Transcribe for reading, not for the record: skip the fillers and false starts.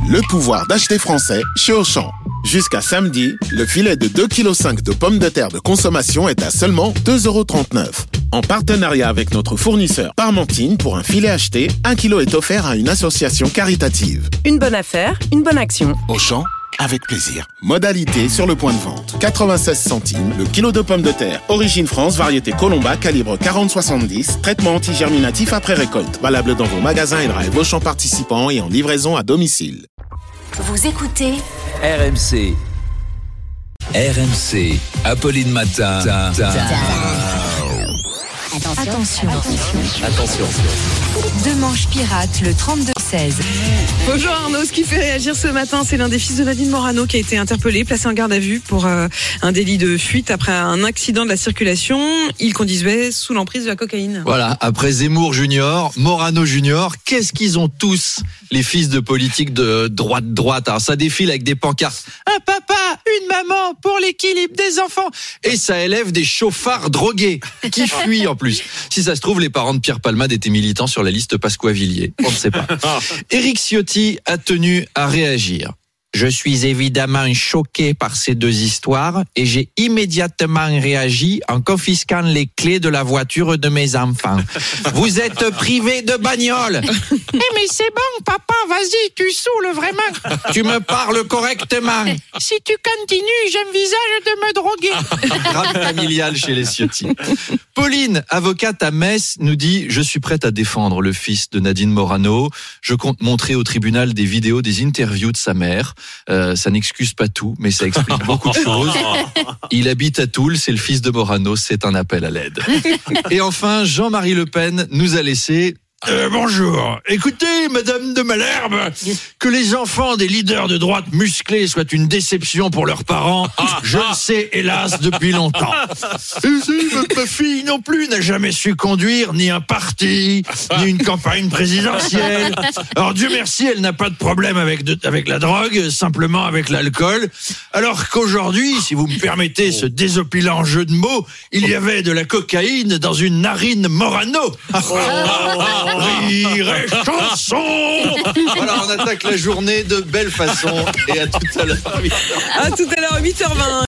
Le pouvoir d'acheter français chez Auchan. Jusqu'à samedi, le filet de 2,5 kg de pommes de terre de consommation est à seulement 2,39 €. En partenariat avec notre fournisseur Parmentine, pour un filet acheté, 1 kg est offert à une association caritative. Une bonne affaire, une bonne action. Auchan, avec plaisir. Modalité sur le point de vente. 96 centimes le kilo de pommes de terre. Origine France, variété Colomba, calibre 40-70. Traitement antigerminatif après récolte. Valable dans vos magasins et drive Auchan participants et en livraison à domicile. Vous écoutez RMC. RMC. Apolline Matin. Attention. Deux manches pirates, le 32-16. Bonjour Arnaud, ce qui fait réagir ce matin, c'est l'un des fils de Nadine Morano qui a été interpellé, placé en garde à vue pour un délit de fuite après un accident de la circulation. Il conduisait sous l'emprise de la cocaïne. Voilà, après Zemmour Junior, Morano Junior, qu'est-ce qu'ils ont tous, les fils de politique de droite. Alors ça défile avec des pancartes. Un papa, une maman pour l'équilibre des enfants. Et ça élève des chauffards drogués qui fuient en plus. Si ça se trouve, les parents de Pierre Palmade étaient militants sur la liste Pasqua-Villiers. On ne sait pas. Éric Ciotti a tenu à réagir. Je suis évidemment choqué par ces deux histoires et j'ai immédiatement réagi en confisquant les clés de la voiture de mes enfants. Vous êtes privés de bagnole. Mais c'est bon, papa, vas-y, tu saoules vraiment. Tu me parles correctement. Si tu continues, j'envisage de me droguer. Drame familial chez les Ciotti. Pauline, avocate à Metz, nous dit « Je suis prête à défendre le fils de Nadine Morano. Je compte montrer au tribunal des vidéos, des interviews de sa mère. Ça n'excuse pas tout, mais ça explique beaucoup de choses. Il habite à Toul, c'est le fils de Morano, c'est un appel à l'aide. » Et enfin, Jean-Marie Le Pen nous a laissé... bonjour. Écoutez, Madame de Malherbe, que les enfants des leaders de droite musclés soient une déception pour leurs parents, je le sais, hélas, depuis longtemps. Ma fille non plus n'a jamais su conduire ni un parti, ni une campagne présidentielle. Alors Dieu merci, elle n'a pas de problème avec la drogue, simplement avec l'alcool. Alors qu'aujourd'hui, si vous me permettez ce désopilant jeu de mots, il y avait de la cocaïne dans une narine Morano. Rire et chanson. Voilà, on attaque la journée de belle façon et à tout à l'heure. À tout à l'heure, 8h20.